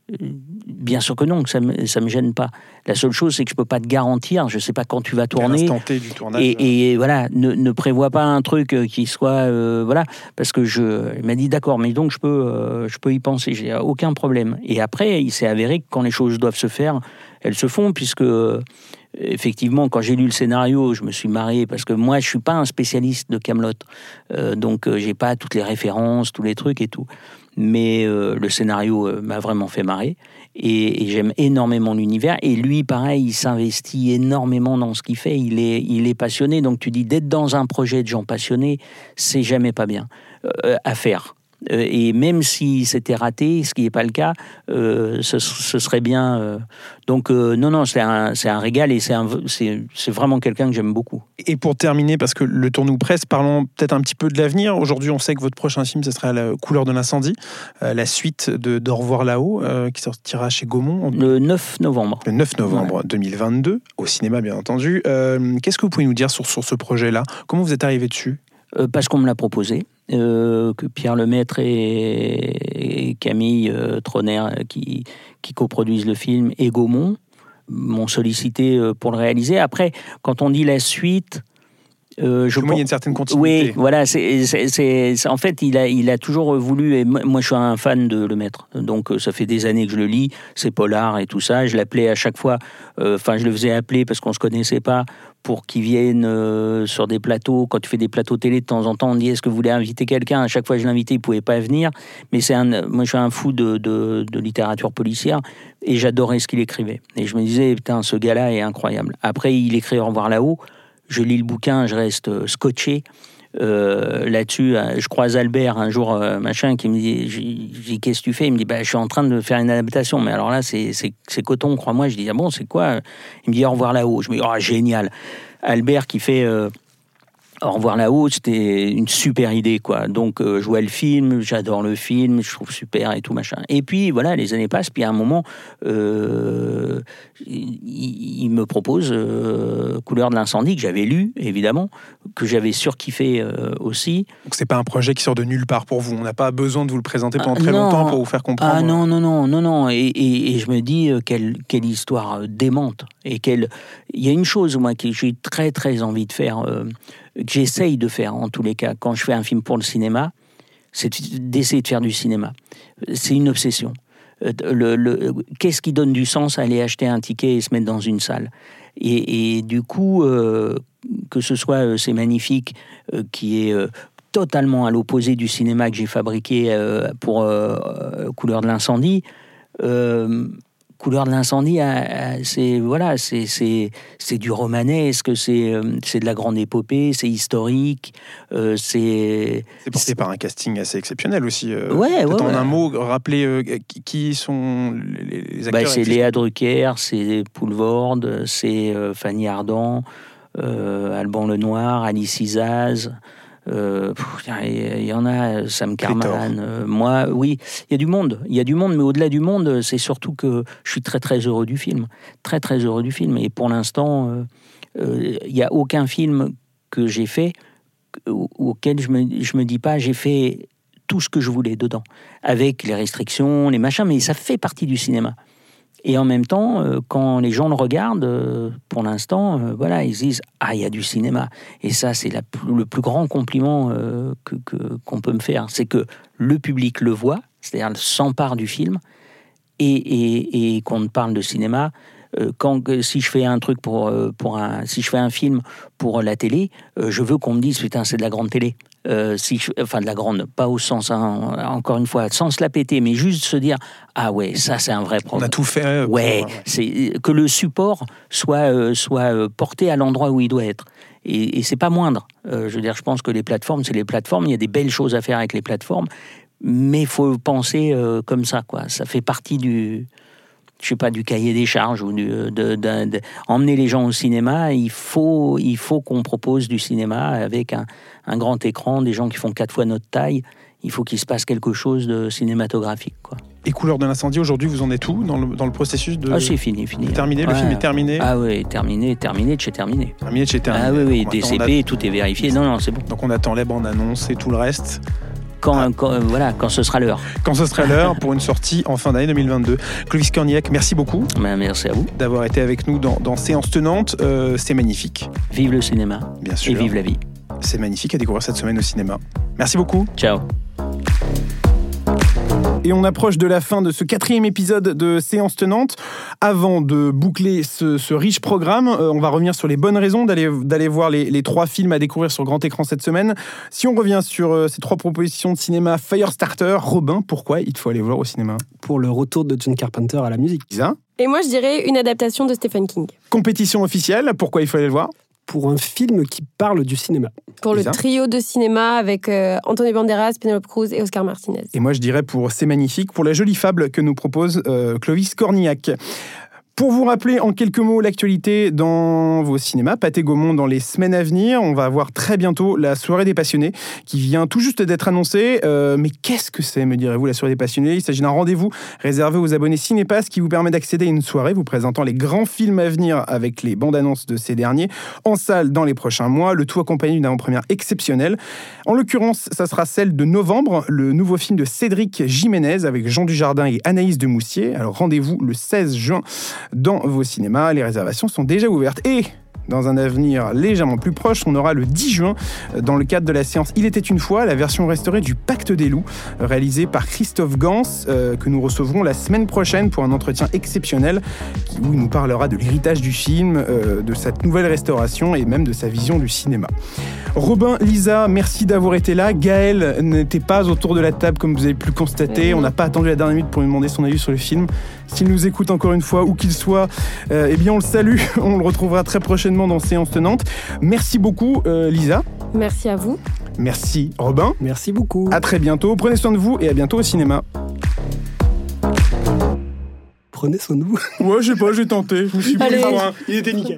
Bien sûr que non, que ça me, ça me gêne pas. La seule chose, c'est que je peux pas te garantir, je sais pas quand tu vas tourner. À l'instant T du tournage. Et, et voilà, ne, ne prévois pas un truc qui soit, euh, voilà, parce que je, il m'a dit d'accord, mais donc je peux, euh, je peux y penser, j'ai aucun problème. Et après, il s'est avéré que quand les choses doivent se faire, elles se font, puisque euh, effectivement, quand j'ai lu le scénario, je me suis marré parce que moi, je suis pas un spécialiste de Kaamelott, euh, donc euh, j'ai pas toutes les références, tous les trucs et tout. Mais euh, le scénario euh, m'a vraiment fait marrer et, et j'aime énormément l'univers. Et lui, pareil, il s'investit énormément dans ce qu'il fait. Il est, il est passionné. Donc tu dis, d'être dans un projet de gens passionnés, c'est jamais pas bien euh, à faire. Euh, et même si c'était raté, ce qui n'est pas le cas, euh, ce, ce serait bien. Euh, donc euh, non, non, c'est un, c'est un régal et c'est, un, c'est, c'est vraiment quelqu'un que j'aime beaucoup. Et pour terminer, parce que le tour nous presse, parlons peut-être un petit peu de l'avenir. Aujourd'hui, on sait que votre prochain film, ce sera La couleur de l'incendie, euh, la suite de d'Au revoir là-haut, euh, qui sortira chez Gaumont. Le neuf novembre. Le neuf novembre ouais. deux mille vingt-deux, au cinéma bien entendu. Euh, qu'est-ce que vous pouvez nous dire sur, sur ce projet-là ? Comment vous êtes arrivé dessus ? euh, Parce qu'on me l'a proposé. Euh, que Pierre Lemaitre et, et Camille euh, Troner qui, qui coproduisent le film et Gaumont m'ont sollicité euh, pour le réaliser. Après, quand on dit la suite, euh, je pense... il y a une certaine continuité. Oui, voilà. C'est, c'est, c'est, c'est, en fait, il a, il a toujours voulu. Et moi, je suis un fan de Lemaitre, donc ça fait des années que je le lis. C'est polar et tout ça. Je l'appelais à chaque fois. Enfin, euh, je le faisais appeler parce qu'on se connaissait pas, pour qu'ils viennent euh, sur des plateaux. Quand tu fais des plateaux télé, de temps en temps, on dit est-ce que vous voulez inviter quelqu'un ? À chaque fois que je l'invitais, il ne pouvait pas venir. Mais c'est un, moi, je suis un fou de, de, de littérature policière et j'adorais ce qu'il écrivait. Et je me disais, putain, ce gars-là est incroyable. Après, il écrit Au revoir là-haut. Je lis le bouquin, je reste scotché. Euh, là-dessus, je croise Albert un jour, euh, machin, qui me dit, je dis qu'est-ce que tu fais ? Il me dit, bah, je suis en train de faire une adaptation, mais alors là, c'est, c'est, c'est coton, crois-moi. Je dis, ah bon, c'est quoi ? Il me dit, Au revoir là-haut. Je me dis, oh, génial. Albert qui fait euh, Au revoir là-haut, c'était une super idée, quoi. Donc, euh, je vois le film, j'adore le film, je trouve super et tout, machin. Et puis, voilà, les années passent, puis à un moment, euh, il, il me propose euh, Couleur de l'incendie, que j'avais lu, évidemment, que j'avais surkiffé euh, aussi. Donc, c'est pas un projet qui sort de nulle part pour vous. On n'a pas besoin de vous le présenter pendant ah, très non. longtemps pour vous faire comprendre. Ah non, non, non, non, non. Et, et, et je me dis, euh, quelle, quelle histoire démente. Et quelle... Il y a une chose, moi, que j'ai très, très envie de faire... Euh, que j'essaye de faire, en tous les cas, quand je fais un film pour le cinéma, c'est d'essayer de faire du cinéma. C'est une obsession. Le, le, qu'est-ce qui donne du sens à aller acheter un ticket et se mettre dans une salle ? Et, et du coup, euh, que ce soit euh, C'est magnifique, euh, qui est euh, totalement à l'opposé du cinéma que j'ai fabriqué euh, pour euh, Couleur de l'incendie, euh, Couleur de l'incendie, c'est voilà, c'est c'est c'est du romanesque, c'est c'est de la grande épopée, c'est historique, euh, c'est c'est porté par un casting assez exceptionnel aussi. Euh, ouais, ouais, en ouais. un mot, rappeler euh, qui sont les, les acteurs. Bah, c'est Léa Drucker, c'est Poulvorde, c'est euh, Fanny Ardant, euh, Alban Lenoir, Alice Isaz. Il euh, y, y en a, Sam Carman, euh, moi, oui, il y a du monde, il y a du monde, mais au-delà du monde, c'est surtout que je suis très très heureux du film, très très heureux du film, et pour l'instant, il euh, n'y euh, a aucun film que j'ai fait auquel je me, je me dis pas, j'ai fait tout ce que je voulais dedans, avec les restrictions, les machins, mais ça fait partie du cinéma. Et en même temps, euh, quand les gens le regardent, euh, pour l'instant, euh, voilà, ils disent « Ah, il y a du cinéma ». Et ça, c'est la, le plus grand compliment euh, que, que, qu'on peut me faire. C'est que le public le voit, c'est-à-dire s'empare du film, et, et, et qu'on parle de cinéma. Euh, quand, si je fais un truc pour, pour un... Si je fais un film pour la télé, euh, je veux qu'on me dise « Putain, c'est de la grande télé ». Euh, si je, enfin de la grande, pas au sens, hein, encore une fois, sans se la péter, mais juste se dire ah ouais, ça c'est un vrai problème. On a tout fait. Pour... Ouais, c'est que le support soit euh, soit porté à l'endroit où il doit être. Et, et c'est pas moindre. Euh, je veux dire, je pense que les plateformes, c'est les plateformes. Il y a des belles choses à faire avec les plateformes, mais il faut penser euh, comme ça, quoi. Ça fait partie du je sais pas, du cahier des charges ou du, de, de, de, de emmener les gens au cinéma. Il faut, il faut qu'on propose du cinéma avec un, un grand écran, des gens qui font quatre fois notre taille. Il faut qu'il se passe quelque chose de cinématographique, quoi. Et Couleur de l'incendie, aujourd'hui, vous en êtes où dans le, dans le processus de... Ah, c'est fini, fini. Terminé, ouais. Le film est terminé. Ah oui, terminé, terminé de chez terminé. Terminé de chez terminé. Ah oui, oui, donc, D C P, a... tout est vérifié. Non, non, c'est bon. Donc on attend les bandes annonces et tout le reste. quand, quand, voilà, quand ce sera l'heure. Quand ce sera l'heure pour une sortie en fin d'année deux mille vingt-deux. Clovis Cornillac, merci beaucoup. Ben, merci à vous. D'avoir été avec nous dans, dans Séance Tenante. Euh, c'est magnifique. Vive le cinéma. Bien sûr. Et vive la vie. C'est magnifique à découvrir cette semaine au cinéma. Merci beaucoup. Ciao. Et on approche de la fin de ce quatrième épisode de Séance Tenante. Avant de boucler ce, ce riche programme, euh, on va revenir sur les bonnes raisons d'aller, d'aller voir les, les trois films à découvrir sur grand écran cette semaine. Si on revient sur euh, ces trois propositions de cinéma Firestarter, Robin, pourquoi il faut aller voir au cinéma ? Pour le retour de John Carpenter à la musique. Lisa ? Et moi, je dirais une adaptation de Stephen King. Compétition officielle, pourquoi il faut aller le voir ? Pour un film qui parle du cinéma. Pour Lisa ? le trio de cinéma avec euh, Antonio Banderas, Penelope Cruz et Oscar Martinez. Et moi, je dirais pour C'est magnifique, pour la jolie fable que nous propose euh, Clovis Cornillac. Pour vous rappeler en quelques mots l'actualité dans vos cinémas, Pathé Gaumont dans les semaines à venir, on va avoir très bientôt la soirée des passionnés qui vient tout juste d'être annoncée. Euh, mais qu'est-ce que c'est, me direz-vous, la soirée des passionnés ? Il s'agit d'un rendez-vous réservé aux abonnés Cinépass qui vous permet d'accéder à une soirée vous présentant les grands films à venir avec les bandes annonces de ces derniers en salle dans les prochains mois, le tout accompagné d'une avant-première exceptionnelle. En l'occurrence, ça sera celle de novembre, le nouveau film de Cédric Jiménez avec Jean Dujardin et Anaïs de Moussier. Alors rendez-vous le seize juin dans vos cinémas, les réservations sont déjà ouvertes. Et dans un avenir légèrement plus proche, on aura le dix juin, dans le cadre de la séance Il était une fois, la version restaurée du Pacte des loups, réalisée par Christophe Gans, euh, que nous recevrons la semaine prochaine pour un entretien exceptionnel où il nous parlera de l'héritage du film, euh, de cette nouvelle restauration et même de sa vision du cinéma. Robin, Lisa, merci d'avoir été là. Gaël n'était pas autour de la table comme vous avez pu le constater. On n'a pas attendu la dernière minute pour lui demander son avis sur le film. S'il nous écoute encore une fois, où qu'il soit, euh, eh bien on le salue. On le retrouvera très prochainement dans Séance Tenante. Merci beaucoup, euh, Lisa. Merci à vous. Merci, Robin. Merci beaucoup. À très bientôt. Prenez soin de vous et à bientôt au cinéma. Prenez soin de vous. Ouais, je sais pas, j'ai tenté. Je me suis pris Allez. pour un- Il était nickel.